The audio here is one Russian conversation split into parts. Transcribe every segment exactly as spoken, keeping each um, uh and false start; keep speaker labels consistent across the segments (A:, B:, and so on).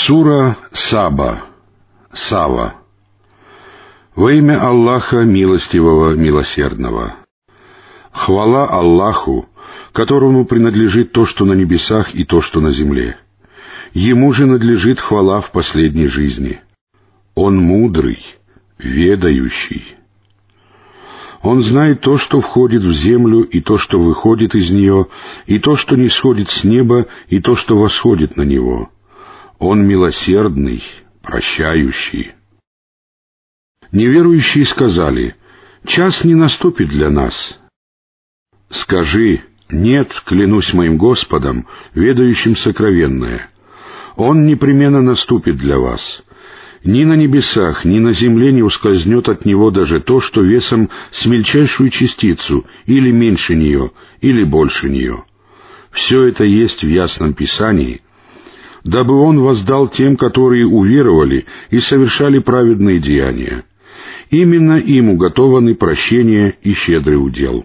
A: Сура Саба. Сава. Во имя Аллаха Милостивого, Милосердного. Хвала Аллаху, которому принадлежит то, что на небесах, и то, что на земле. Ему же надлежит хвала в последней жизни. Он мудрый, ведающий. Он знает то, что входит в землю, и то, что выходит из нее, и то, что не сходит с неба, и то, что восходит на него. Он милосердный, прощающий. Неверующие сказали: «Час не наступит для нас». Скажи: «Нет, клянусь моим Господом, ведающим сокровенное. Он непременно наступит для вас. Ни на небесах, ни на земле не ускользнет от него даже то, что весом с мельчайшую частицу, или меньше нее, или больше нее. Все это есть в ясном Писании, дабы он воздал тем, которые уверовали и совершали праведные деяния. Именно им уготованы прощение и щедрый удел.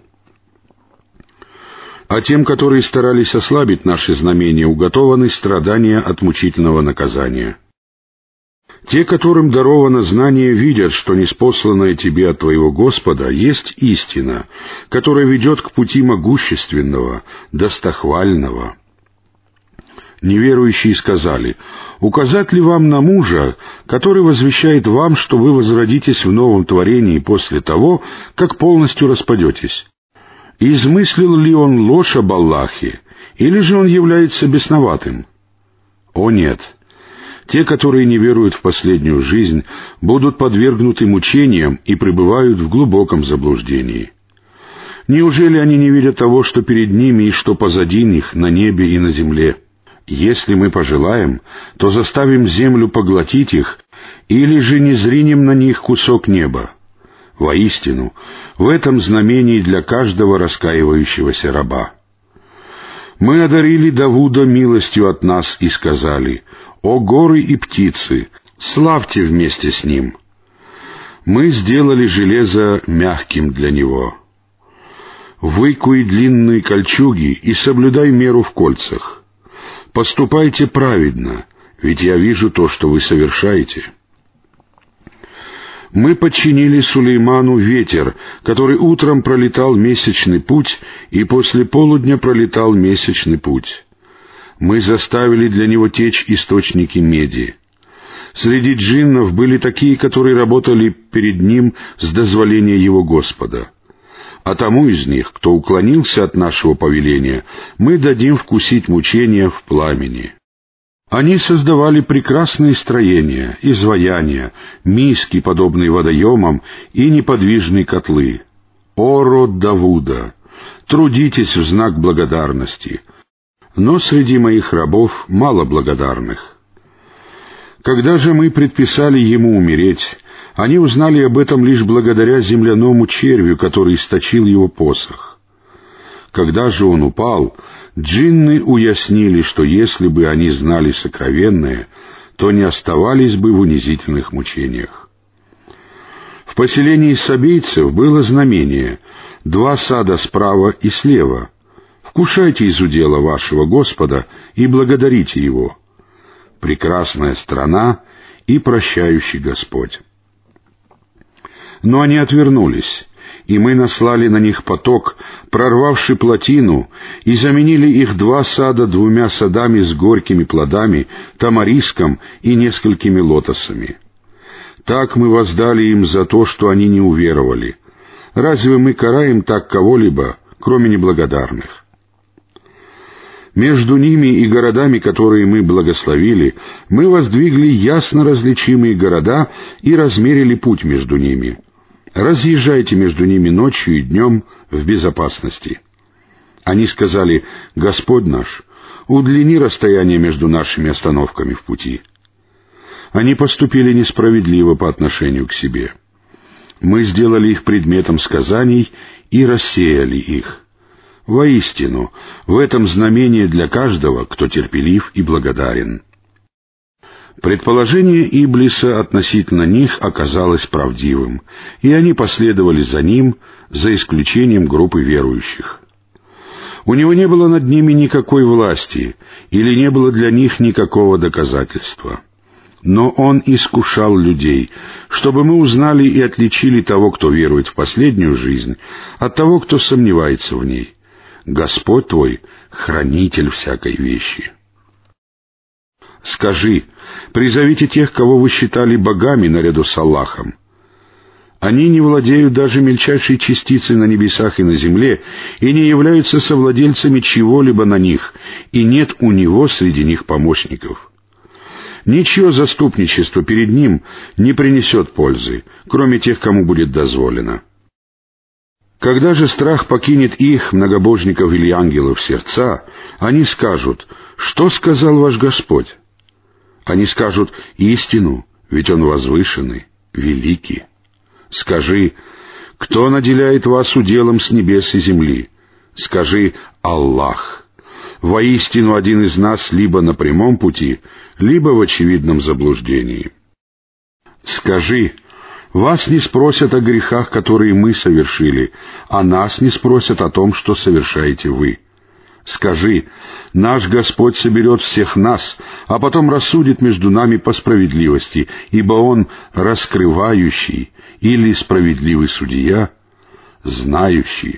A: А тем, которые старались ослабить наши знамения, уготованы страдания от мучительного наказания. Те, которым даровано знание, видят, что ниспосланное тебе от твоего Господа есть истина, которая ведет к пути могущественного, достохвального. Неверующие сказали: «Указать ли вам на мужа, который возвещает вам, что вы возродитесь в новом творении после того, как полностью распадетесь? Измыслил ли он ложь об Аллахе, или же он является бесноватым? О нет! Те, которые не веруют в последнюю жизнь, будут подвергнуты мучениям и пребывают в глубоком заблуждении. Неужели они не видят того, что перед ними и что позади них на небе и на земле? Если мы пожелаем, то заставим землю поглотить их, или же не зринем на них кусок неба. Воистину, в этом знамении для каждого раскаивающегося раба. Мы одарили Давуда милостью от нас и сказали: «О горы и птицы, славьте вместе с ним». Мы сделали железо мягким для него. Выкуй длинные кольчуги и соблюдай меру в кольцах. Поступайте праведно, ведь я вижу то, что вы совершаете. Мы подчинили Сулейману ветер, который утром пролетал месячный путь, и после полудня пролетал месячный путь. Мы заставили для него течь источники меди. Среди джиннов были такие, которые работали перед ним с дозволения его Господа. А тому из них, кто уклонился от нашего повеления, мы дадим вкусить мучения в пламени. Они создавали прекрасные строения, изваяния, миски, подобные водоемам, и неподвижные котлы. О род Давуда! Трудитесь в знак благодарности. Но среди моих рабов мало благодарных. Когда же мы предписали ему умереть, они узнали об этом лишь благодаря земляному червю, который источил его посох. Когда же он упал, джинны уяснили, что если бы они знали сокровенное, то не оставались бы в унизительных мучениях. В поселении сабейцев было знамение: два сада справа и слева. Вкушайте из удела вашего Господа и благодарите Его. Прекрасная страна и прощающий Господь. Но они отвернулись, и мы наслали на них поток, прорвавший плотину, и заменили их два сада двумя садами с горькими плодами, тамариском и несколькими лотосами. Так мы воздали им за то, что они не уверовали. Разве мы караем так кого-либо, кроме неблагодарных? Между ними и городами, которые мы благословили, мы воздвигли ясно различимые города и размерили путь между ними. Разъезжайте между ними ночью и днем в безопасности. Они сказали: «Господь наш, удлини расстояние между нашими остановками в пути». Они поступили несправедливо по отношению к себе. Мы сделали их предметом сказаний и рассеяли их. Воистину, в этом знамение для каждого, кто терпелив и благодарен. Предположение Иблиса относительно них оказалось правдивым, и они последовали за ним, за исключением группы верующих. У него не было над ними никакой власти, или не было для них никакого доказательства. Но Он искушал людей, чтобы мы узнали и отличили того, кто верует в последнюю жизнь, от того, кто сомневается в ней. Господь твой — хранитель всякой вещи. Скажи, призовите тех, кого вы считали богами наряду с Аллахом. Они не владеют даже мельчайшей частицей на небесах и на земле, и не являются совладельцами чего-либо на них, и нет у Него среди них помощников. Ничье заступничество перед Ним не принесет пользы, кроме тех, кому будет дозволено. Когда же страх покинет их, многобожников или ангелов, сердца, они скажут: «Что сказал ваш Господь?» Они скажут: «Истину, ведь Он возвышенный, великий». Скажи: «Кто наделяет вас уделом с небес и земли?» Скажи: «Аллах». Воистину один из нас либо на прямом пути, либо в очевидном заблуждении. Скажи: вас не спросят о грехах, которые мы совершили, а нас не спросят о том, что совершаете вы. Скажи: наш Господь соберет всех нас, а потом рассудит между нами по справедливости, ибо Он раскрывающий или справедливый судья, знающий.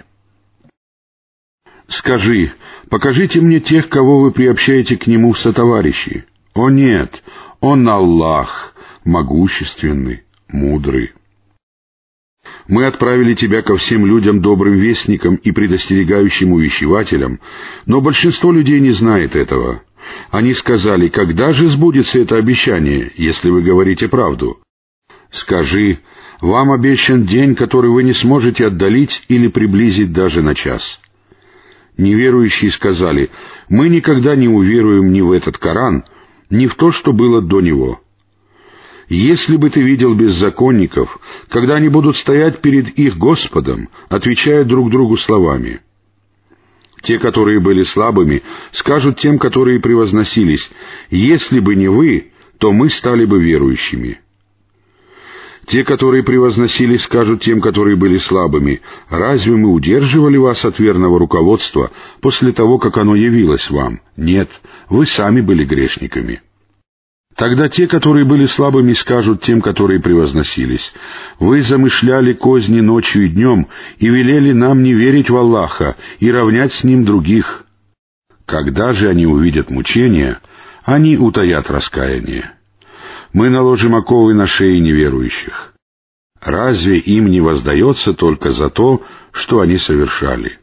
A: Скажи: покажите мне тех, кого вы приобщаете к Нему в сотоварищи. О нет, Он Аллах, могущественный, мудрый. Мы отправили тебя ко всем людям добрым вестником и предостерегающим увещевателем, но большинство людей не знает этого. Они сказали: когда же сбудется это обещание, если вы говорите правду? Скажи: вам обещан день, который вы не сможете отдалить или приблизить даже на час. Неверующие сказали: мы никогда не уверуем ни в этот Коран, ни в то, что было до него. Если бы ты видел беззаконников, когда они будут стоять перед их Господом, отвечая друг другу словами. Те, которые были слабыми, скажут тем, которые превозносились: если бы не вы, то мы стали бы верующими. Те, которые превозносились, скажут тем, которые были слабыми: разве мы удерживали вас от верного руководства после того, как оно явилось вам? Нет, вы сами были грешниками. Тогда те, которые были слабыми, скажут тем, которые превозносились: вы замышляли козни ночью и днем и велели нам не верить в Аллаха и равнять с Ним других. Когда же они увидят мучения, они утаят раскаяние. Мы наложим оковы на шеи неверующих. Разве им не воздается только за то, что они совершали?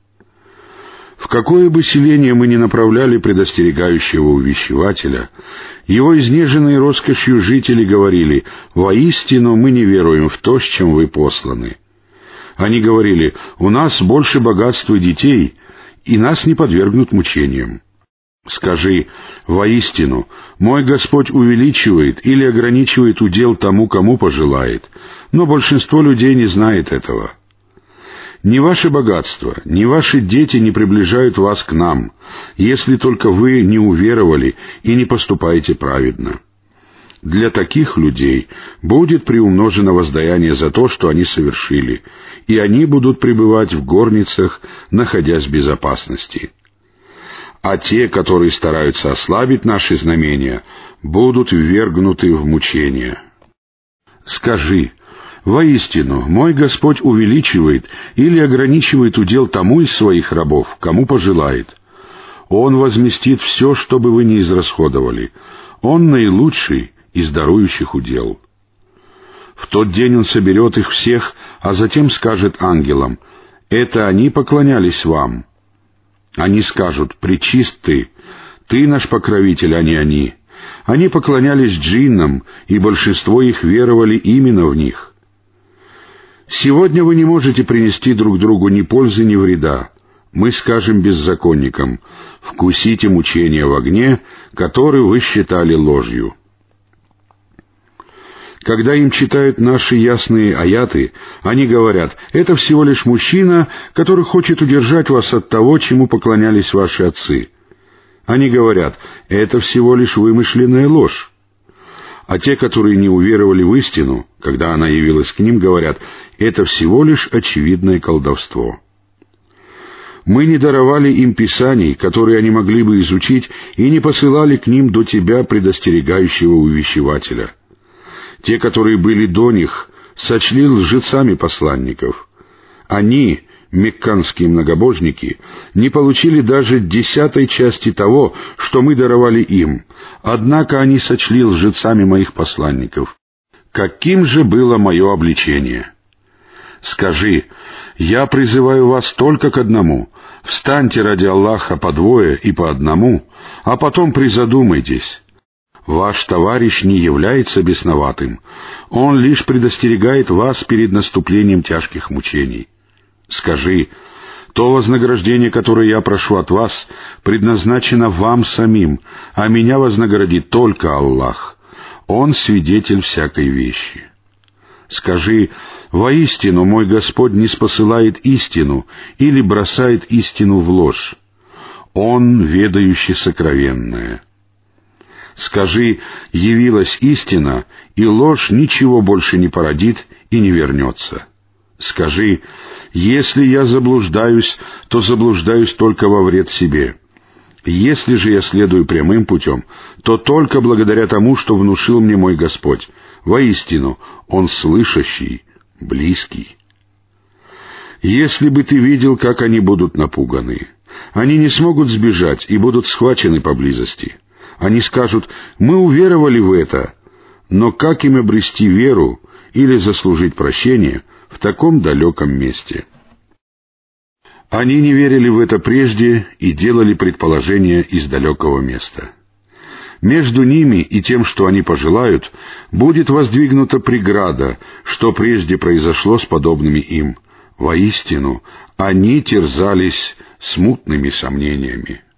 A: В какое бы селение мы ни направляли предостерегающего увещевателя, его изнеженные роскошью жители говорили: «Воистину мы не веруем в то, с чем вы посланы». Они говорили: «У нас больше богатства и детей, и нас не подвергнут мучениям». Скажи: воистину, мой Господь увеличивает или ограничивает удел тому, кому пожелает, но большинство людей не знает этого. Ни ваше богатство, ни ваши дети не приближают вас к нам, если только вы не уверовали и не поступаете праведно. Для таких людей будет приумножено воздаяние за то, что они совершили, и они будут пребывать в горницах, находясь в безопасности. А те, которые стараются ослабить наши знамения, будут ввергнуты в мучения. Скажи: воистину, мой Господь увеличивает или ограничивает удел тому из своих рабов, кому пожелает. Он возместит все, что бы вы ни израсходовали. Он наилучший из дарующих удел. В тот день Он соберет их всех, а затем скажет ангелам: это они поклонялись вам. Они скажут: пречист ты, ты наш покровитель, а не они. Они поклонялись джиннам, и большинство их веровали именно в них. Сегодня вы не можете принести друг другу ни пользы, ни вреда. Мы скажем беззаконникам: вкусите мучения в огне, который вы считали ложью. Когда им читают наши ясные аяты, они говорят: это всего лишь мужчина, который хочет удержать вас от того, чему поклонялись ваши отцы. Они говорят: это всего лишь вымышленная ложь. А те, которые не уверовали в истину, когда она явилась к ним, говорят: это всего лишь очевидное колдовство. Мы не даровали им писаний, которые они могли бы изучить, и не посылали к ним до тебя предостерегающего увещевателя. Те, которые были до них, сочли лжецами посланников. Они, мекканские многобожники, не получили даже десятой части того, что мы даровали им, однако они сочли лжецами моих посланников. Каким же было мое обличение? Скажи: я призываю вас только к одному. Встаньте ради Аллаха по двое и по одному, а потом призадумайтесь. Ваш товарищ не является бесноватым. Он лишь предостерегает вас перед наступлением тяжких мучений. Скажи: то вознаграждение, которое я прошу от вас, предназначено вам самим, а меня вознаградит только Аллах. Он свидетель всякой вещи. Скажи: воистину мой Господь не спосылает истину или бросает истину в ложь. Он ведающий сокровенное. Скажи: явилась истина, и ложь ничего больше не породит и не вернется. Скажи: если я заблуждаюсь, то заблуждаюсь только во вред себе. Если же я следую прямым путем, то только благодаря тому, что внушил мне мой Господь. Воистину, Он слышащий, близкий. Если бы ты видел, как они будут напуганы, они не смогут сбежать и будут схвачены поблизости. Они скажут: мы уверовали в это, но как им обрести веру или заслужить прощение в таком далеком месте? Они не верили в это прежде и делали предположения из далекого места. Между ними и тем, что они пожелают, будет воздвигнута преграда, что прежде произошло с подобными им. Воистину, они терзались смутными сомнениями.